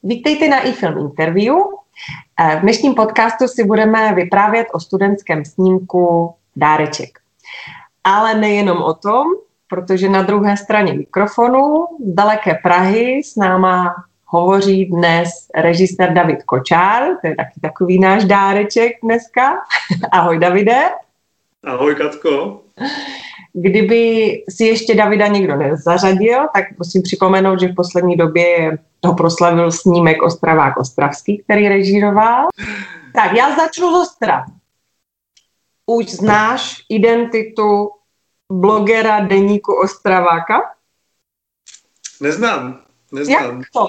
Vítejte na iFilm Interview. V dnešním podcastu si budeme vyprávět o studentském snímku Dáreček. Ale nejenom o tom, protože na druhé straně mikrofonu z daleké Prahy s náma hovoří dnes režisér David Kočár, to je taky takový náš dáreček dneska. Ahoj, Davide. Ahoj, Katko. Kdyby si ještě Davida někdo nezařadil, tak musím připomenout, že v poslední době ho proslavil snímek Ostravák Ostravský, který režíroval. Tak já začnu z Ostravy. Už znáš identitu blogera deníku Ostraváka? Neznám. Jak to?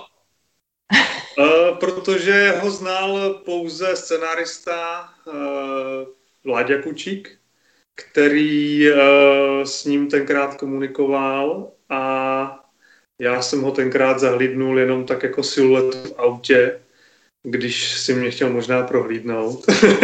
Protože ho znal pouze scenárista Láďa Kučík, který s ním tenkrát komunikoval a já jsem ho tenkrát zahlídnul jenom tak jako siluetu v autě, když si mě chtěl možná prohlídnout.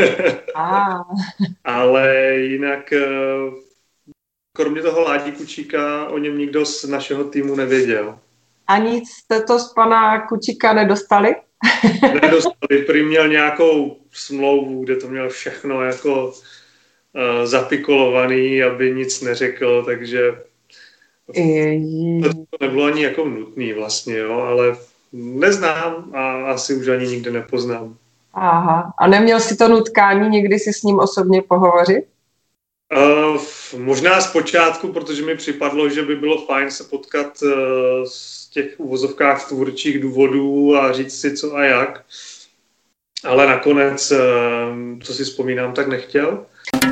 Ale jinak kromě toho Ládi Kučíka o něm nikdo z našeho týmu nevěděl. A nic jste to z pana Kučíka nedostali? Nedostali, prý měl nějakou smlouvu, kde to měl všechno jako zapikolovaný, aby nic neřekl, takže to nebylo ani jako nutný vlastně, jo, ale neznám a asi už ani nikdy nepoznám. Aha, a neměl si to nutkání někdy si s ním osobně pohovořit? Možná zpočátku, protože mi připadlo, že by bylo fajn se potkat z těch uvozovkách tvůrčích důvodů a říct si co a jak, ale nakonec, co si vzpomínám, tak nechtěl.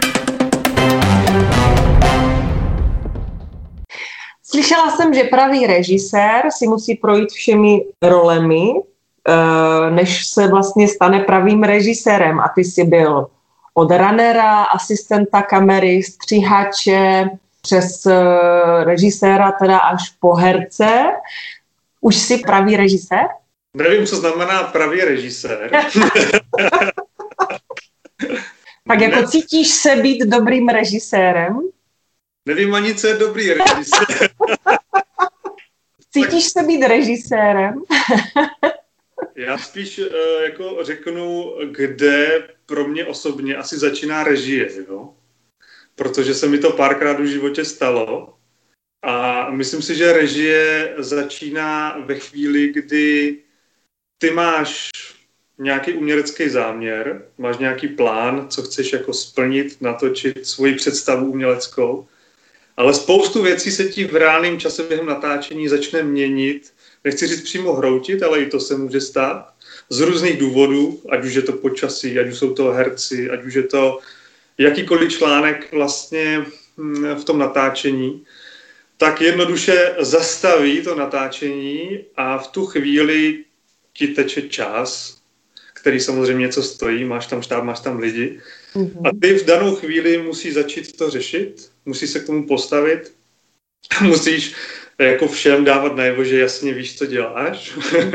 Slyšela jsem, že pravý režisér si musí projít všemi rolemi, než se vlastně stane pravým režisérem. A ty jsi byl od runnera, asistenta kamery, stříhače, přes režiséra teda až po herce. Už jsi pravý režisér? Nevím, co znamená pravý režisér. Tak jako cítíš se být dobrým režisérem? Nevím ani, co je dobrý režisér. Cítíš se být režisérem? Já spíš jako řeknu, kde pro mě osobně asi začíná režie, jo? Protože se mi to párkrát v životě stalo a myslím si, že režie začíná ve chvíli, kdy ty máš nějaký umělecký záměr, máš nějaký plán, co chceš jako splnit, natočit svoji představu uměleckou, ale spoustu věcí se ti v reálném čase během natáčení začne měnit. Nechci říct přímo hroutit, ale i to se může stát. Z různých důvodů, ať už je to počasí, ať už jsou to herci, ať už je to jakýkoliv článek vlastně v tom natáčení, tak jednoduše zastaví to natáčení a v tu chvíli ti teče čas, který samozřejmě něco stojí, máš tam štáb, máš tam lidi. A ty v danou chvíli musíš začít to řešit, musíš se k tomu postavit, musíš jako všem dávat najevo, že jasně víš, co děláš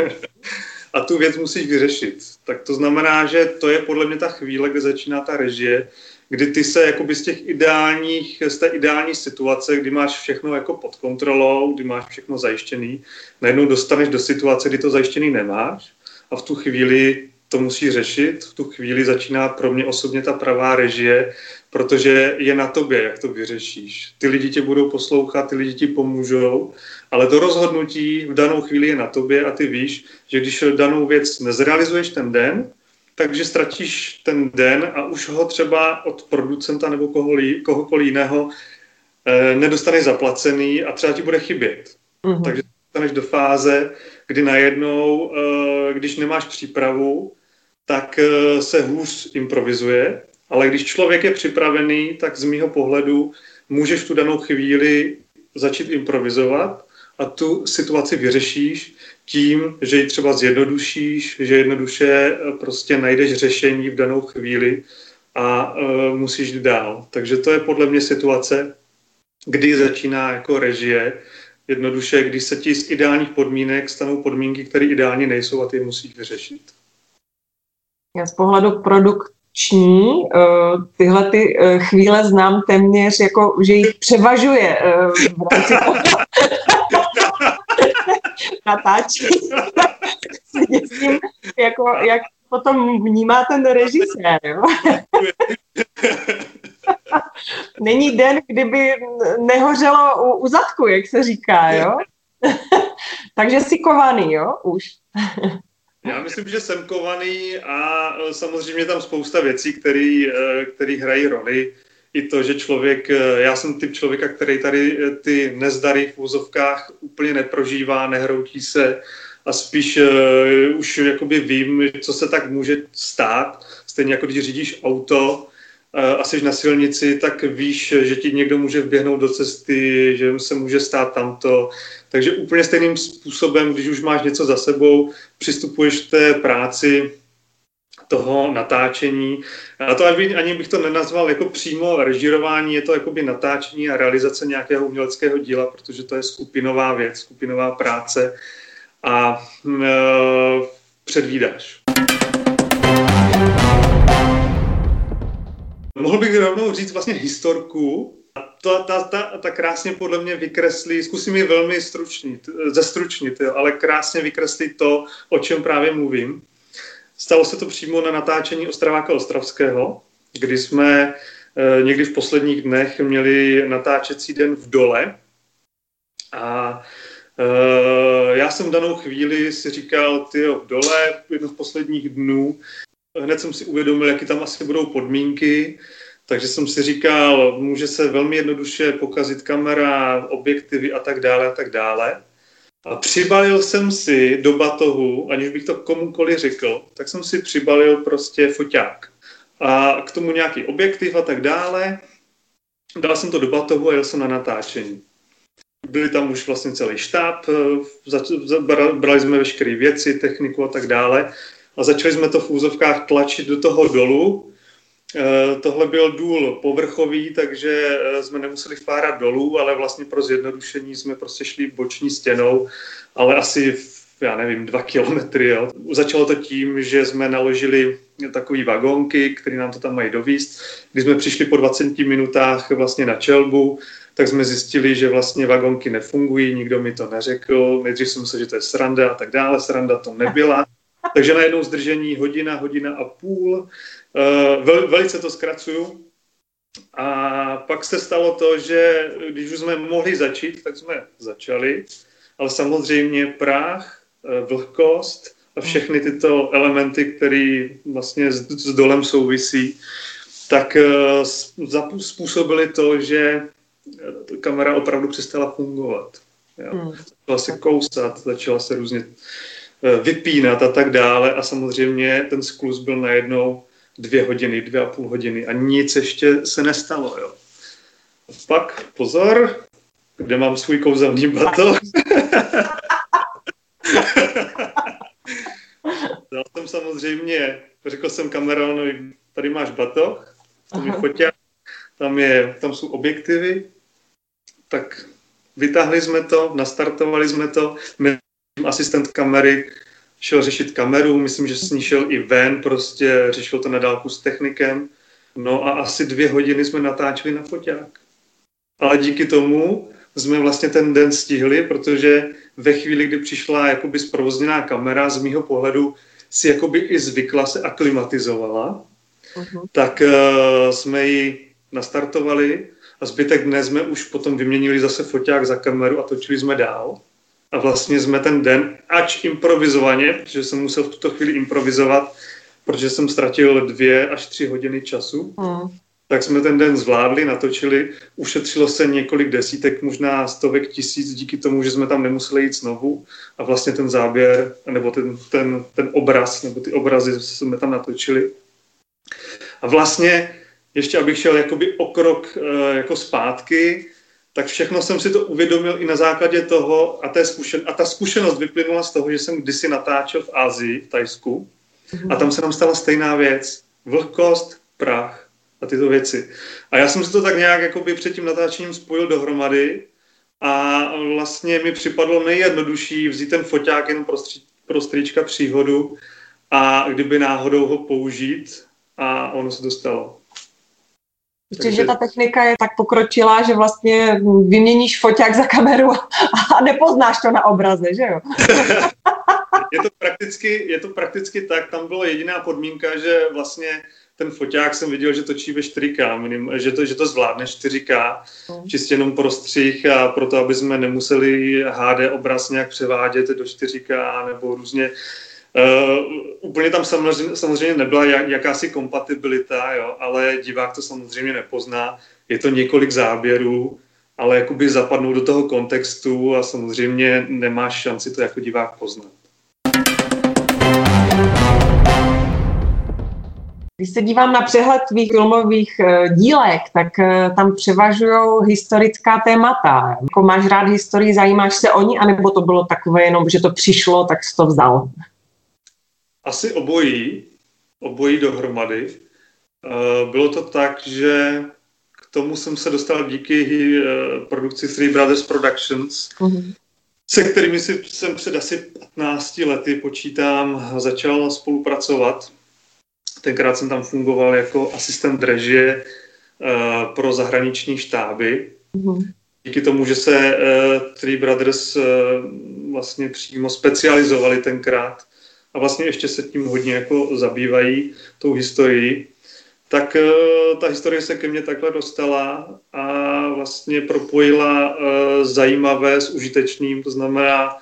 a tu věc musíš vyřešit. Tak to znamená, že to je podle mě ta chvíle, kde začíná ta režie, kdy ty se jakoby z té ideální situace, kdy máš všechno jako pod kontrolou, kdy máš všechno zajištěný, najednou dostaneš do situace, kdy to zajištěný nemáš a v tu chvíli to musí řešit. V tu chvíli začíná pro mě osobně ta pravá režie, protože je na tobě, jak to vyřešíš. Ty lidi tě budou poslouchat, ty lidi ti pomůžou, ale to rozhodnutí v danou chvíli je na tobě a ty víš, že když danou věc nezrealizuješ ten den, takže ztratíš ten den a už ho třeba od producenta nebo kohokoliv jiného nedostaneš zaplacený a třeba ti bude chybět. Takže dostaneš do fáze, kdy najednou, když nemáš přípravu, tak se hůř improvizuje, ale když člověk je připravený, tak z mýho pohledu můžeš v tu danou chvíli začít improvizovat a tu situaci vyřešíš tím, že ji třeba zjednodušíš, že jednoduše prostě najdeš řešení v danou chvíli a musíš jít dál. Takže to je podle mě situace, kdy začíná jako režie, jednoduše, když se ti z ideálních podmínek stanou podmínky, které ideálně nejsou a ty je musíš vyřešit. Já z pohledu produkční tyhle ty chvíle znám téměř jako, že jich převažuje v rámci natáčení. se děsím, jako, jak potom vnímá ten režisér, jo? Není den, kdyby nehořelo u zadku, jak se říká, jo? Takže jsi kovaný, jo, už. Já myslím, že jsem kovaný a samozřejmě tam spousta věcí, které hrají roli. I to, že člověk, já jsem typ člověka, který tady ty nezdary v úzovkách úplně neprožívá, nehroutí se a spíš už jakoby vím, co se tak může stát. Stejně jako když řídíš auto a jsi na silnici, tak víš, že ti někdo může vběhnout do cesty, že se může stát tamto. Takže úplně stejným způsobem, když už máš něco za sebou, přistupuješ k té práci toho natáčení. A to ani bych to nenazval jako přímo režírování, je to jakoby natáčení a realizace nějakého uměleckého díla, protože to je skupinová věc, skupinová práce a předvídáš. Mohl bych rovnou říct vlastně historku. Ta krásně podle mě vykreslí, zkusím ji velmi zestručnit, ale krásně vykreslí to, o čem právě mluvím. Stalo se to přímo na natáčení Ostraváka Ostravského, kdy jsme někdy v posledních dnech měli natáčecí den v Dole. A já jsem v danou chvíli si říkal, v Dole, jedno z posledních dnů, hned jsem si uvědomil, jaký tam asi budou podmínky, takže jsem si říkal, může se velmi jednoduše pokazit kamera, objektivy a tak dále a tak dále. A přibalil jsem si do batohu, aniž bych to komukoli řekl, tak jsem si přibalil prostě foťák. A k tomu nějaký objektiv a tak dále. Dal jsem to do batohu a jel jsem na natáčení. Byli tam už vlastně celý štáb, brali jsme veškeré věci, techniku a tak dále. A začali jsme to v úzovkách tlačit do toho dolu. Tohle byl důl povrchový, takže jsme nemuseli vpárat dolů, ale vlastně pro zjednodušení jsme prostě šli boční stěnou, ale asi, 2 kilometry. Jo. Začalo to tím, že jsme naložili takové vagónky, které nám to tam mají dovízt. Když jsme přišli po 20 minutách vlastně na čelbu, tak jsme zjistili, že vlastně vagónky nefungují, nikdo mi to neřekl. Nejdřív jsem myslel, že to je sranda a tak dále, sranda to nebyla. Takže najednou zdržení hodina a půl. Velice to zkracuju. A pak se stalo to, že když už jsme mohli začít, tak jsme začali. Ale samozřejmě práh, vlhkost a všechny tyto elementy, které vlastně s dolem souvisí, tak způsobily to, že kamera opravdu přestala fungovat. Začala se kousat, začala se různě vypínat a tak dále a samozřejmě ten skluz byl najednou 2 hodiny, 2,5 hodiny a nic ještě se nestalo. Jo. Pak pozor, kde mám svůj kouzelný batoh. Dal jsem samozřejmě, řekl jsem kameránovi, tady máš batoh, tam je foťák, tam jsou objektivy, tak vytáhli jsme to, nastartovali jsme to, asistent kamery šel řešit kameru, myslím, že s ní šel i ven, prostě řešil to na dálku s technikem. No a asi 2 hodiny jsme natáčeli na foťák. Ale díky tomu jsme vlastně ten den stihli, protože ve chvíli, kdy přišla jakoby zprovozněná kamera, z mýho pohledu si jakoby i zvykla, se aklimatizovala, tak jsme ji nastartovali a zbytek dne jsme už potom vyměnili zase foťák za kameru a točili jsme dál. A vlastně jsme ten den, ač improvizovaně, protože jsem musel v tuto chvíli improvizovat, protože jsem ztratil 2 až 3 hodiny času, tak jsme ten den zvládli, natočili, ušetřilo se několik desítek, možná stovek tisíc díky tomu, že jsme tam nemuseli jít znovu a vlastně ten záběr, nebo ten obraz, nebo ty obrazy jsme tam natočili. A vlastně, ještě abych šel jakoby o krok jako zpátky, tak všechno jsem si to uvědomil i na základě toho a ta zkušenost vyplynula z toho, že jsem kdysi natáčel v Asii, v Thajsku a tam se nám stala stejná věc. Vlhkost, prach a tyto věci. A já jsem si to tak nějak jakoby před tím natáčením spojil dohromady a vlastně mi připadlo nejjednodušší vzít ten foťák jen pro strýčka příhodu a kdyby náhodou ho použít a ono se to stalo. Že ta technika je tak pokročilá, že vlastně vyměníš foťák za kameru a nepoznáš to na obraze, že jo? Je to prakticky tak, tam byla jediná podmínka, že vlastně ten foťák jsem viděl, že točí ve 4K, že to zvládne 4K, čistě jenom pro střih a proto, aby jsme nemuseli HD obraz nějak převádět do 4K nebo různě. Úplně tam samozřejmě nebyla jakási kompatibilita, jo, ale divák to samozřejmě nepozná. Je to několik záběrů, ale jakoby zapadnou do toho kontextu a samozřejmě nemáš šanci to jako divák poznat. Když se dívám na přehled tvých filmových dílek, tak tam převažují historická témata. Jako máš rád historii, zajímáš se o ní, anebo to bylo takové jenom, že to přišlo, tak jsi to vzal? Asi obojí dohromady. Bylo to tak, že k tomu jsem se dostal díky produkci Three Brothers Productions, se kterými jsem před asi 15 lety, počítám, začal spolupracovat. Tenkrát jsem tam fungoval jako asistent režie pro zahraniční štáby. Díky tomu, že se Three Brothers vlastně přímo specializovali tenkrát a vlastně ještě se tím hodně jako zabývají, tou historií, tak ta historie se ke mně takhle dostala a vlastně propojila zajímavé s užitečným, to znamená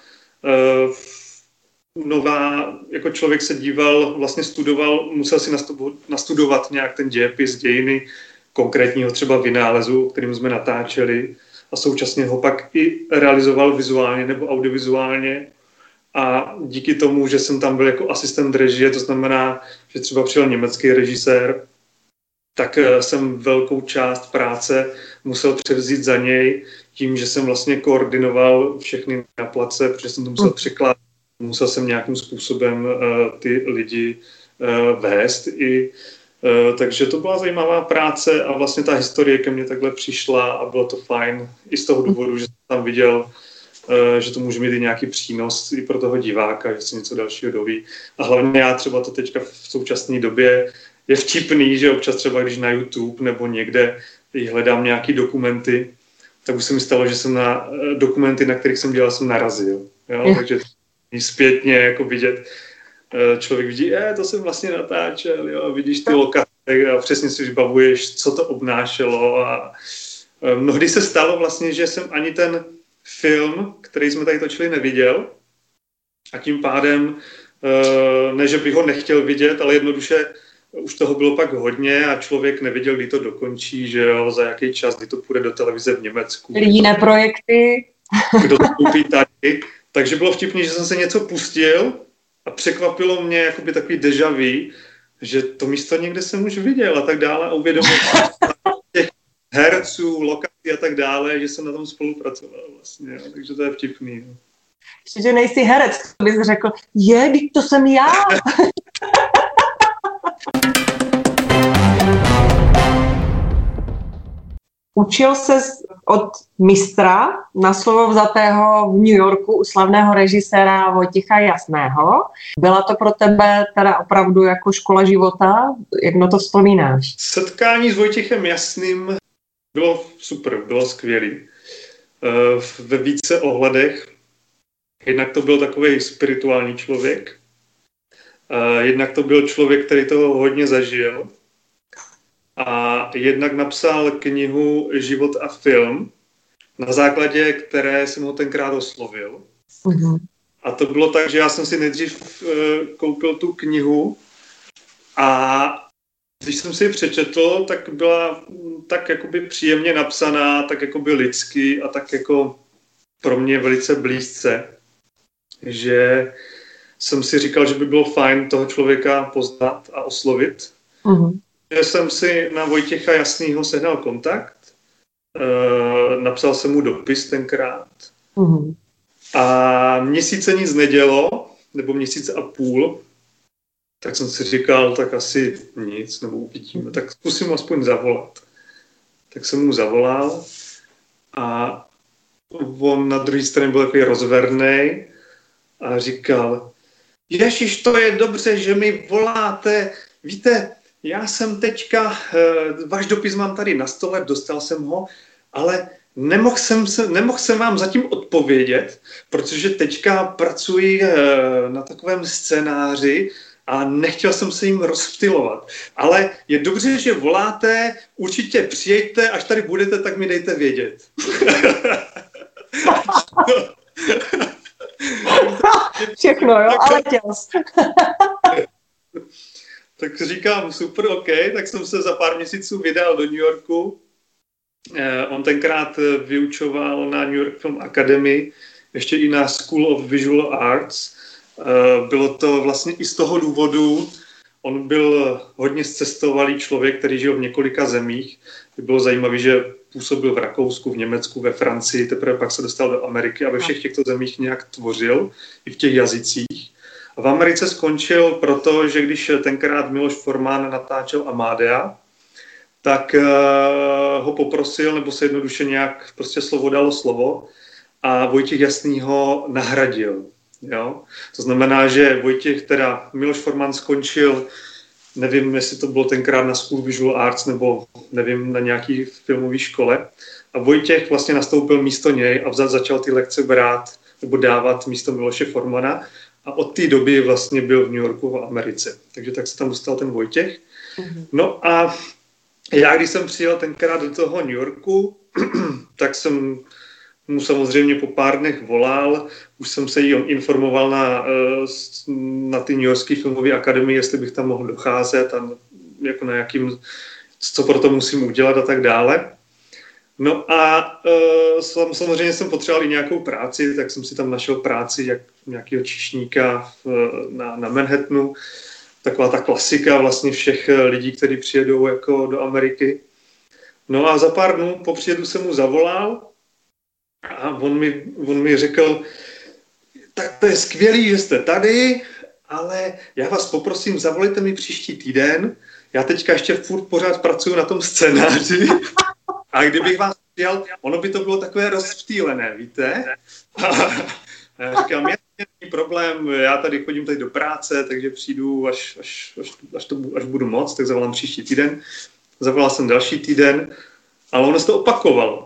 nová, jako člověk se díval, vlastně studoval, musel si nastudovat nějak ten dějepis, dějiny konkrétního třeba vynálezu, kterým jsme natáčeli a současně ho pak i realizoval vizuálně nebo audiovizuálně. A díky tomu, že jsem tam byl jako asistent režie, to znamená, že třeba přijel německý režisér, tak jsem velkou část práce musel převzít za něj tím, že jsem vlastně koordinoval všechny na place, protože jsem to musel překládat. Musel jsem nějakým způsobem ty lidi vést takže to byla zajímavá práce a vlastně ta historie ke mně takhle přišla a bylo to fajn i z toho důvodu, že jsem tam viděl, že to může mít i nějaký přínos i pro toho diváka, že se něco dalšího doví. A hlavně já třeba to teďka v současné době je vtipný, že občas třeba když na YouTube nebo někde hledám nějaký dokumenty, tak už se mi stalo, že jsem na dokumenty, na kterých jsem dělal, jsem narazil. Jo? Takže zpětně jako vidět, člověk vidí, to jsem vlastně natáčel, jo? Vidíš ty lokace a přesně si vybavuješ, co to obnášelo a mnohdy se stalo vlastně, že jsem ani ten film, který jsme tady točili, neviděl a tím pádem, ne, že bych ho nechtěl vidět, ale jednoduše už toho bylo pak hodně a člověk nevěděl, kdy to dokončí, že jo, za jaký čas, kdy to půjde do televize v Německu. Jiné projekty. Kdo to koupí tady. Takže bylo vtipný, že jsem se něco pustil a překvapilo mě jakoby takový déjà vu, že to místo někde jsem už viděl a tak dále a uvědomil těch herců, lokací a tak dále, že jsem na tom spolupracoval vlastně, jo. Takže to je vtipný. Jo. Ještě, že nejsi herec, to bys řekl, to jsem já. Učil ses od mistra na slovo vzatého v New Yorku u slavného režiséra Vojtěcha Jasného. Byla to pro tebe teda opravdu jako škola života? Jak na to vzpomínáš? Setkání s Vojtěchem Jasným bylo super, bylo skvělý. Ve více ohledech. Jednak to byl takový spirituální člověk. Jednak to byl člověk, který toho hodně zažil. A jednak napsal knihu Život a film, na základě které jsem ho tenkrát oslovil. A to bylo tak, že já jsem si nejdřív koupil tu knihu a když jsem si ji přečetl, tak byla tak jakoby příjemně napsaná, tak jakoby lidsky a tak jako pro mě velice blízce, že jsem si říkal, že by bylo fajn toho člověka poznat a oslovit. Že jsem si na Vojtěcha Jasnýho sehnal kontakt, napsal jsem mu dopis tenkrát a měsíce nic nedělo, nebo měsíc a půl, tak jsem si říkal, tak asi nic, nebo uvidíme, tak zkusím aspoň zavolat. Tak jsem mu zavolal a on na druhé straně byl takový rozvernej a říkal, Ježiš, to je dobře, že mi voláte, víte, já jsem teďka, váš dopis mám tady na stole, dostal jsem ho, ale nemohl jsem vám zatím odpovědět, protože teďka pracuji na takovém scénáři a nechtěl jsem se jim rozptylovat. Ale je dobře, že voláte, určitě přijďte, až tady budete, tak mi dejte vědět. Všechno, jo, ale těls. Tak říkám, super, OK, tak jsem se za pár měsíců vydal do New Yorku. On tenkrát vyučoval na New York Film Academy, ještě i na School of Visual Arts. Bylo to vlastně i z toho důvodu, on byl hodně zcestovalý člověk, který žil v několika zemích. Bylo zajímavé, že působil v Rakousku, v Německu, ve Francii, teprve pak se dostal do Ameriky a ve všech těchto zemích nějak tvořil, i v těch jazycích. A v Americe skončil proto, že když tenkrát Miloš Forman natáčel Amadea, tak ho poprosil, nebo se jednoduše nějak prostě slovo dalo slovo a Vojtěch Jasný ho nahradil. Jo? To znamená, že Miloš Forman skončil, nevím, jestli to bylo tenkrát na School of Visual Arts, nebo nevím, na nějaký filmové škole. A Vojtěch vlastně nastoupil místo něj a začal ty lekce brát nebo dávat místo Miloše Formana. A od té doby vlastně byl v New Yorku v Americe. Takže tak se tam dostal ten Vojtěch. No a já, když jsem přijel tenkrát do toho New Yorku, tak jsem mu samozřejmě po pár dnech volal. Už jsem se jí informoval na ty New Yorkské filmové akademie, jestli bych tam mohl docházet a jako na jakým, co pro to musím udělat a tak dále. No a samozřejmě jsem potřeboval i nějakou práci, tak jsem si tam našel práci jak nějakého číšníka na Manhattanu. Taková ta klasika vlastně všech lidí, kteří přijedou jako do Ameriky. No a za pár dnů po příjedu jsem mu zavolal a on mi řekl, tak to je skvělý, že jste tady, ale já vás poprosím, zavolejte mi příští týden. Já teďka ještě furt pořád pracuji na tom scénáři. A kdybych vás přijal, ono by to bylo takové rozptýlené, víte? A já říkám, není problém, já tady chodím tady do práce, takže přijdu, až budu moc, tak zavolám příští týden. Zavolal jsem další týden, ale ono se to opakovalo.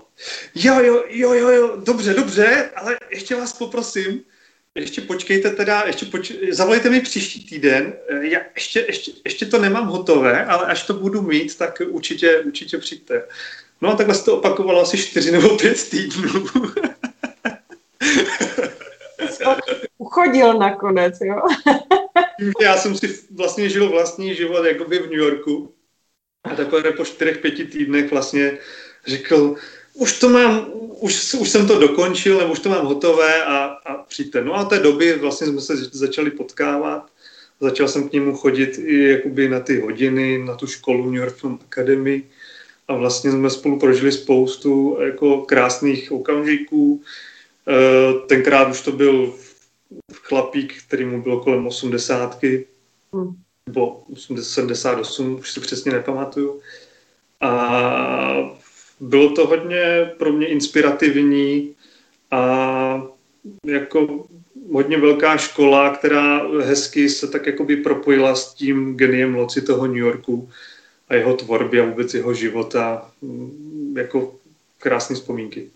Jo, dobře, ale ještě vás poprosím, ještě počkejte teda, zavolejte mi příští týden, já ještě to nemám hotové, ale až to budu mít, tak určitě přijďte. No a takhle se to opakovalo asi 4 nebo 5 týdnů. Uchodil nakonec, jo? Já jsem si vlastně žil vlastní život jakoby v New Yorku a takhle po 4-5 týdnech vlastně řekl, už jsem to dokončil, nebo už to mám hotové a přijďte. No a té doby vlastně jsme se začali potkávat. Začal jsem k němu chodit i jakoby na ty hodiny, na tu školu New York Film Academy a vlastně jsme spolu prožili spoustu jako krásných okamžiků. Tenkrát už to byl chlapík, který mu bylo kolem 80, nebo 78, už si přesně nepamatuju. A bylo to hodně pro mě inspirativní a jako hodně velká škola, která hezky se tak jakoby propojila s tím geniem loci toho New Yorku a jeho tvorby a vůbec jeho života. Jako krásné vzpomínky.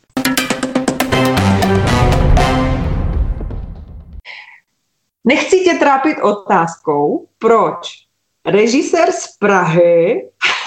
Nechci tě trápit otázkou, proč režisér z Prahy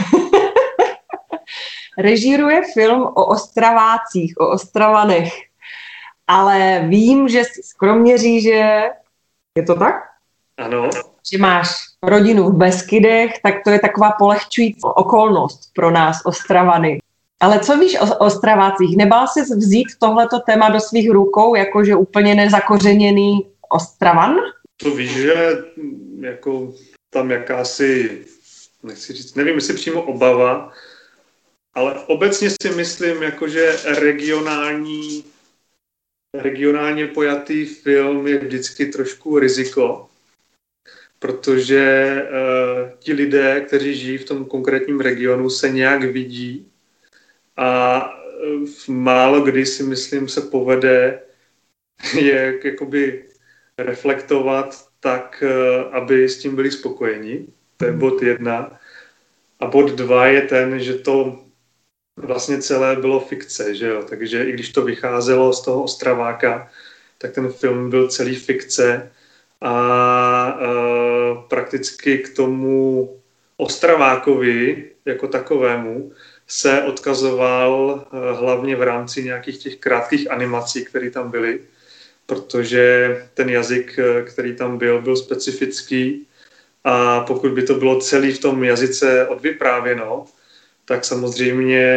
režíruje film o Ostravácích, o Ostravanech, ale vím, že jsi z Kroměříže, je to tak? Ano. Že máš rodinu v Beskydech, tak to je taková polehčující okolnost pro nás Ostravany. Ale co víš o Ostravácích? Nebál jsi vzít tohleto téma do svých rukou, jakože úplně nezakořeněný Ostravan? To víš, že jako tam jakási, nechci říct, nevím, jestli přímo obava, ale obecně si myslím, jakože regionálně pojatý film je vždycky trošku riziko, protože ti lidé, kteří žijí v tom konkrétním regionu, se nějak vidí a málo kdy si myslím se povede je jakoby reflektovat tak, aby s tím byli spokojeni. To je bod 1. A bod 2 je ten, že to vlastně celé bylo fikce, že jo? Takže i když to vycházelo z toho Ostraváka, tak ten film byl celý fikce a prakticky k tomu Ostravákovi jako takovému se odkazoval hlavně v rámci nějakých těch krátkých animací, které tam byly, protože ten jazyk, který tam byl specifický a pokud by to bylo celý v tom jazyce odvyprávěno, tak samozřejmě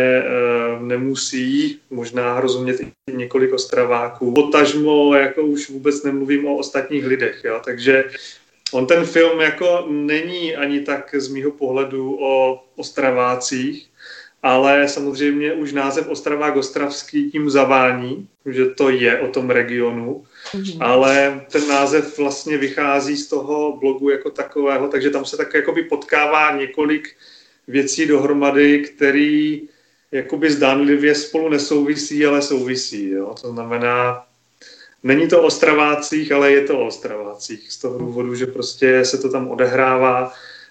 nemusí možná rozumět i několik Ostraváků. Potažmo jako už vůbec nemluvím o ostatních lidech, jo? Takže on ten film jako není ani tak z mýho pohledu o Ostravácích, ale samozřejmě už název Ostravák ostravský tím zavání, že to je o tom regionu, ale ten název vlastně vychází z toho blogu jako takového, takže tam se tak jakoby potkává několik věcí dohromady, které jakoby zdánlivě spolu nesouvisí, ale souvisí. Jo? To znamená, není to o Ostravácích, ale je to o Ostravácích. Z toho důvodu, že prostě se to tam odehrává,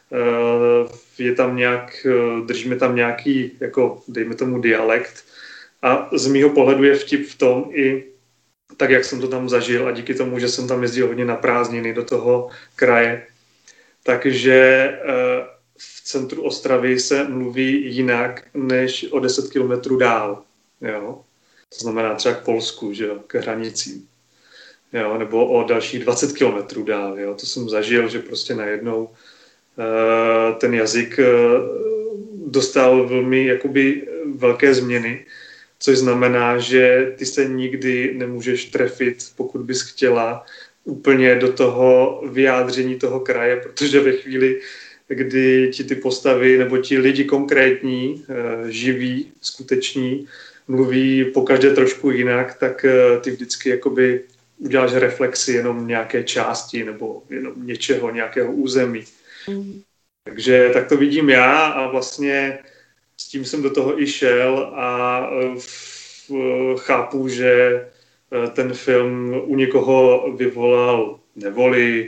je tam nějak, držíme tam nějaký, jako dejme tomu dialekt. A z mýho pohledu je vtip v tom i tak, jak jsem to tam zažil a díky tomu, že jsem tam jezdil hodně na prázdniny do toho kraje. Takže v centru Ostravy se mluví jinak než o 10 kilometrů dál. Jo? To znamená třeba k Polsku, že jo? K hranicím. Jo? Nebo o dalších 20 kilometrů dál. Jo? To jsem zažil, že prostě najednou ten jazyk dostal velmi jakoby velké změny, což znamená, že ty se nikdy nemůžeš trefit, pokud bys chtěla, úplně do toho vyjádření toho kraje, protože ve chvíli, kdy ti ty postavy nebo ti lidi konkrétní, živí, skuteční, mluví pokaždé trošku jinak, tak ty vždycky jakoby uděláš reflexi jenom nějaké části nebo jenom něčeho, nějakého území. Takže tak to vidím já a vlastně s tím jsem do toho i šel a chápu, že ten film u někoho vyvolal nevoli,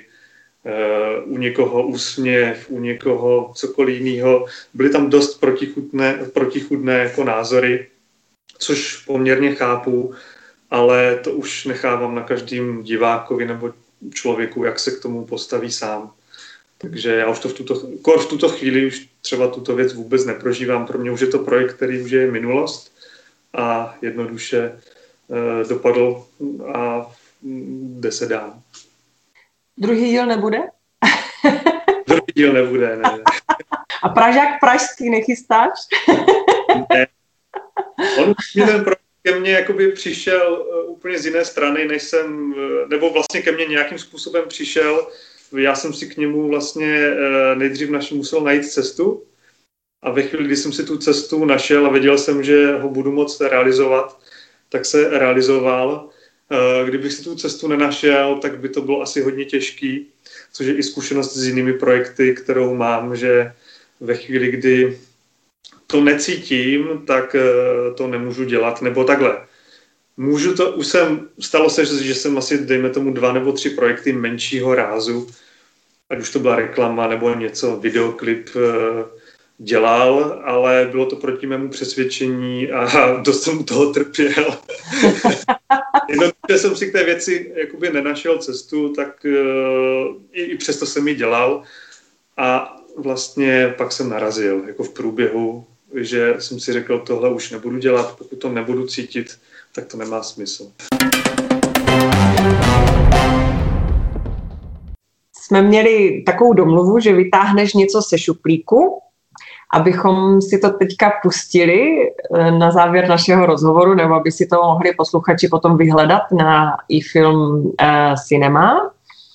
u někoho úsměv, u někoho cokoliv jiného. Byly tam dost protichůdné jako názory, což poměrně chápu, ale to už nechávám na každém divákovi nebo člověku, jak se k tomu postaví sám. Takže já už to v tuto chvíli už třeba tuto věc vůbec neprožívám. Pro mě už je to projekt, který už je minulost a jednoduše dopadl a jde se dál. Druhý díl nebude? Druhý díl nebude, ne. A Pražák pražský nechystáš? Ne. On ten projekt ke mně jakoby přišel úplně z jiné strany, než jsem, nebo vlastně ke mně nějakým způsobem přišel. Já jsem si k němu vlastně nejdřív musel najít cestu a ve chvíli, kdy jsem si tu cestu našel a věděl jsem, že ho budu moct realizovat, tak se realizoval. Kdybych si tu cestu nenašel, tak by to bylo asi hodně těžký, což je i zkušenost s jinými projekty, kterou mám, že ve chvíli, kdy to necítím, tak to nemůžu dělat, nebo takhle. Stalo se, že jsem asi, dejme tomu, 2 nebo 3 projekty menšího rázu, ať už to byla reklama nebo něco, videoklip dělal, ale bylo to proti mému přesvědčení a dost jsem u toho trpěl. Jednoduše jsem si k té věci jakoby nenašel cestu, tak i přesto jsem ji dělal a vlastně pak jsem narazil jako v průběhu, že jsem si řekl, tohle už nebudu dělat, pokud to nebudu cítit, tak to nemá smysl. Jsme měli takovou domluvu, že vytáhneš něco ze šuplíku, abychom si to teďka pustili na závěr našeho rozhovoru, nebo aby si to mohli posluchači potom vyhledat na iFilm Cinema.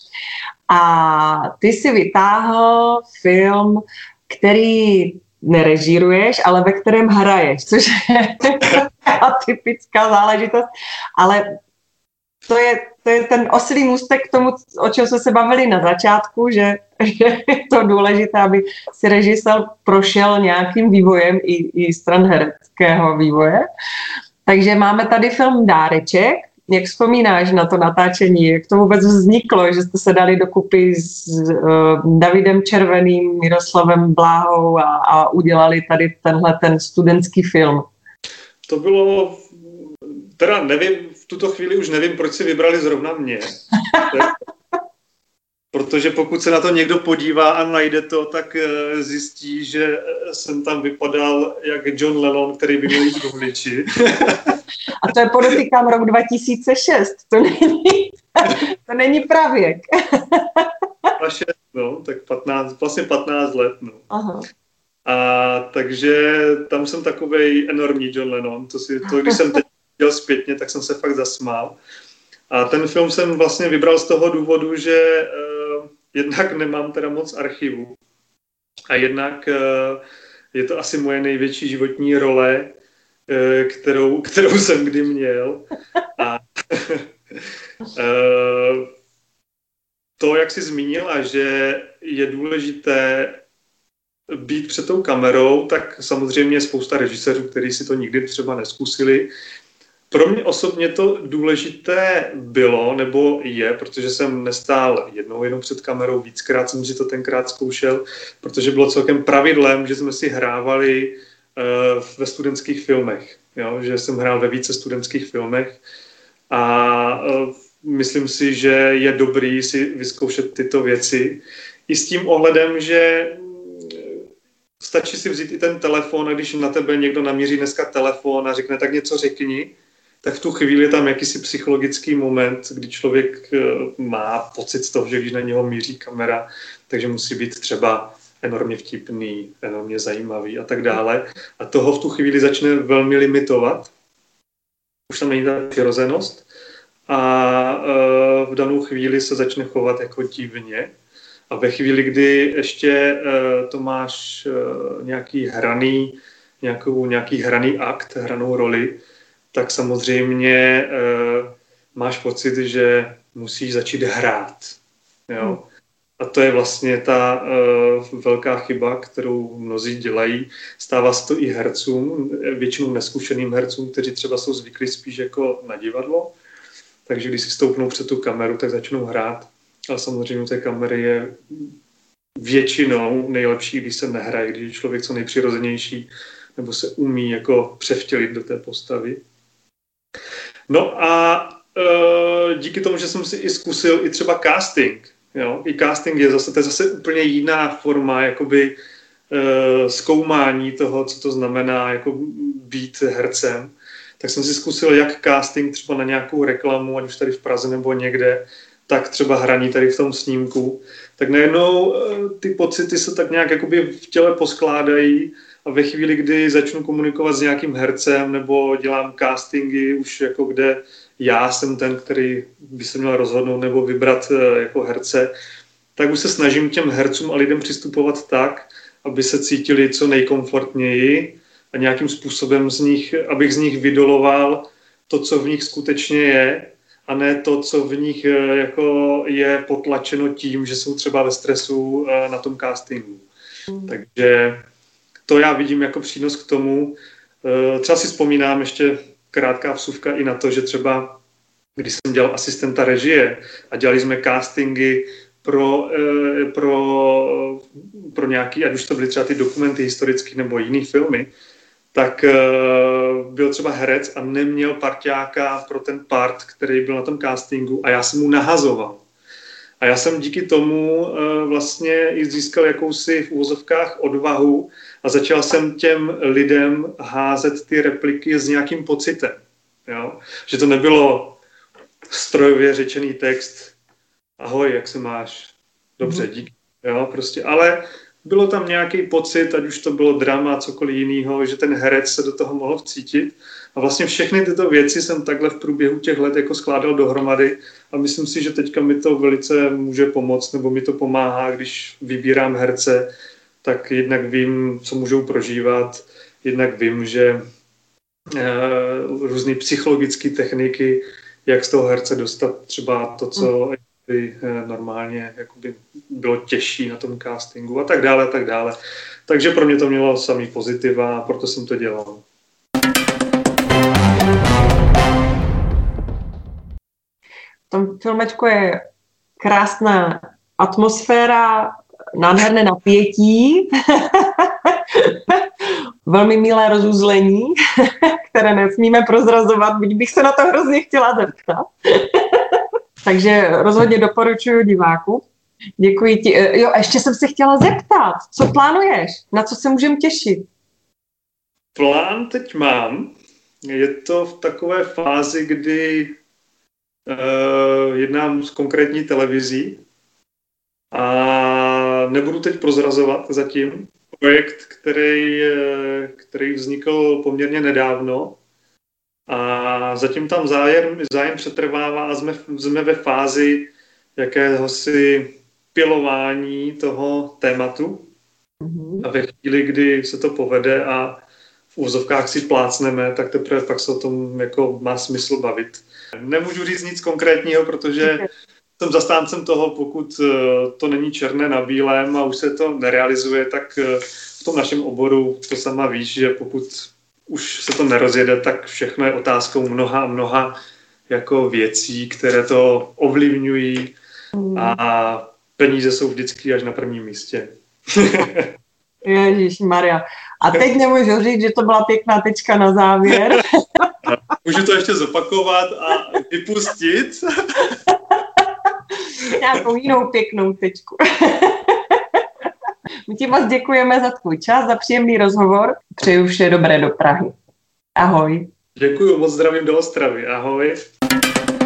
A ty si vytáhl film, který nerežíruješ, ale ve kterém hraješ, což je atypická záležitost, ale to je ten oslý můstek k tomu, o čem jsme se bavili na začátku, že je to důležité, aby si režisér prošel nějakým vývojem i stran hereckého vývoje. Takže máme tady film Dáreček. Jak vzpomínáš na to natáčení? Jak to vůbec vzniklo, že jste se dali dokupy s Davidem Červeným, Miroslavem Bláhou a udělali tady ten studentský film? To bylo, teda nevím, v tuto chvíli už nevím, proč si vybrali zrovna mě. Protože pokud se na to někdo podívá a najde to, tak zjistí, že jsem tam vypadal jak John Lennon, který by měl jít do vliči. A to je podotýkám rok 2006, to není pravěk. No, tak 15 let, no. Aha. A takže tam jsem takovej enormní John Lennon, když jsem teď viděl zpětně, tak jsem se fakt zasmál. A ten film jsem vlastně vybral z toho důvodu, že jednak nemám teda moc archivu a jednak je to asi moje největší životní role, kterou jsem kdy měl. A to, jak jsi zmínila, že je důležité být před tou kamerou, tak samozřejmě je spousta režisérů, kteří si to nikdy třeba neskusili. Pro mě osobně to důležité bylo, nebo je, protože jsem nestál jednou jenom před kamerou, víckrát jsem si to tenkrát zkoušel, protože bylo celkem pravidlem, že jsme si hrávali ve studentských filmech. Jo? Že jsem hrál ve více studentských filmech a myslím si, že je dobrý si vyzkoušet tyto věci. I s tím ohledem, že stačí si vzít i ten telefon a když na tebe někdo namíří dneska telefon a řekne, tak něco řekni, tak v tu chvíli je tam jakýsi psychologický moment, kdy člověk má pocit z toho, že když na něho míří kamera, takže musí být třeba enormně vtipný, enormně zajímavý a tak dále. A toho v tu chvíli začne velmi limitovat. Už tam není ta přirozenost a v danou chvíli se začne chovat jako divně. A ve chvíli, kdy ještě to máš nějaký hraný akt, hranou roli, tak samozřejmě máš pocit, že musíš začít hrát. Jo? A to je vlastně ta velká chyba, kterou mnozí dělají. Stává se to i hercům, většinou neskušeným hercům, kteří třeba jsou zvyklí spíš jako na divadlo. Takže když si stoupnou před tu kameru, tak začnou hrát. Ale samozřejmě té kamery je většinou nejlepší, když se nehraje, když je člověk co nejpřirozenější, nebo se umí jako převtělit do té postavy. No a díky tomu, že jsem si i zkusil i třeba casting, jo? I casting je zase úplně jiná forma jakoby zkoumání toho, co to znamená jako být hercem, tak jsem si zkusil jak casting třeba na nějakou reklamu, ať už tady v Praze nebo někde, tak třeba hraní tady v tom snímku, tak najednou ty pocity se tak nějak jakoby v těle poskládají a ve chvíli, kdy začnu komunikovat s nějakým hercem nebo dělám castingy už jako kde já jsem ten, který by se měl rozhodnout nebo vybrat jako herce, tak už se snažím těm hercům a lidem přistupovat tak, aby se cítili co nejkomfortněji a nějakým způsobem abych z nich vydoloval to, co v nich skutečně je, a ne to, co v nich jako je potlačeno tím, že jsou třeba ve stresu na tom castingu. Takže to já vidím jako přínos k tomu. Třeba si vzpomínám ještě krátká vsuvka i na to, že třeba když jsem dělal asistenta režie a dělali jsme castingy pro nějaký, ať už to byly třeba ty dokumenty historické nebo jiný filmy, tak byl třeba herec a neměl parťáka pro ten part, který byl na tom castingu a já jsem mu nahazoval. A já jsem díky tomu vlastně i získal jakousi v uvozovkách odvahu a začal jsem těm lidem házet ty repliky s nějakým pocitem. Jo? Že to nebylo strojově řečený text ahoj, jak se máš? Dobře, díky. Jo, prostě, ale bylo tam nějaký pocit, ať už to bylo drama, cokoliv jiného, že ten herec se do toho mohl vcítit. A vlastně všechny tyto věci jsem takhle v průběhu těch let jako skládal dohromady a myslím si, že teďka mi to velice může pomoct, nebo mi to pomáhá, když vybírám herce, tak jednak vím, co můžou prožívat, jednak vím, že různé psychologické techniky, jak z toho herce dostat třeba to, co by normálně jakoby bylo těžší na tom castingu a tak dále, tak dále. Takže pro mě to mělo samý pozitiva a proto jsem to dělal. V tom filmečku je krásná atmosféra, nádherné napětí. velmi milé rozuzlení, které nesmíme prozrazovat, byť bych se na to hrozně chtěla zeptat. Takže rozhodně doporučuji diváku. Děkuji ti. Jo, a ještě jsem se chtěla zeptat, co plánuješ? Na co se můžeme těšit? Plán teď mám. Je to v takové fázi, kdy jednám s konkrétní televizí a nebudu teď prozrazovat zatím. Projekt, který vznikl poměrně nedávno a zatím tam zájem přetrvává a jsme ve fázi jakéhosi pilování toho tématu. A ve chvíli, kdy se to povede a v úzovkách si plácneme, tak teprve pak se o tom jako má smysl bavit. Nemůžu říct nic konkrétního, protože jsem zastáncem toho, pokud to není černé na bílém a už se to nerealizuje, tak v tom našem oboru to sama víš, že pokud už se to nerozjede, tak všechno je otázkou mnoha a mnoha jako věcí, které to ovlivňují a peníze jsou vždycky až na prvním místě. Ježišmarja. A teď nemůžu říct, že to byla pěkná tečka na závěr. Můžu to ještě zopakovat a vypustit. Nějakou jinou pěknou tečku. My ti moc děkujeme za tvůj čas, za příjemný rozhovor. Přeju vše dobré do Prahy. Ahoj. Děkuju, moc zdravím do Ostravy. Ahoj.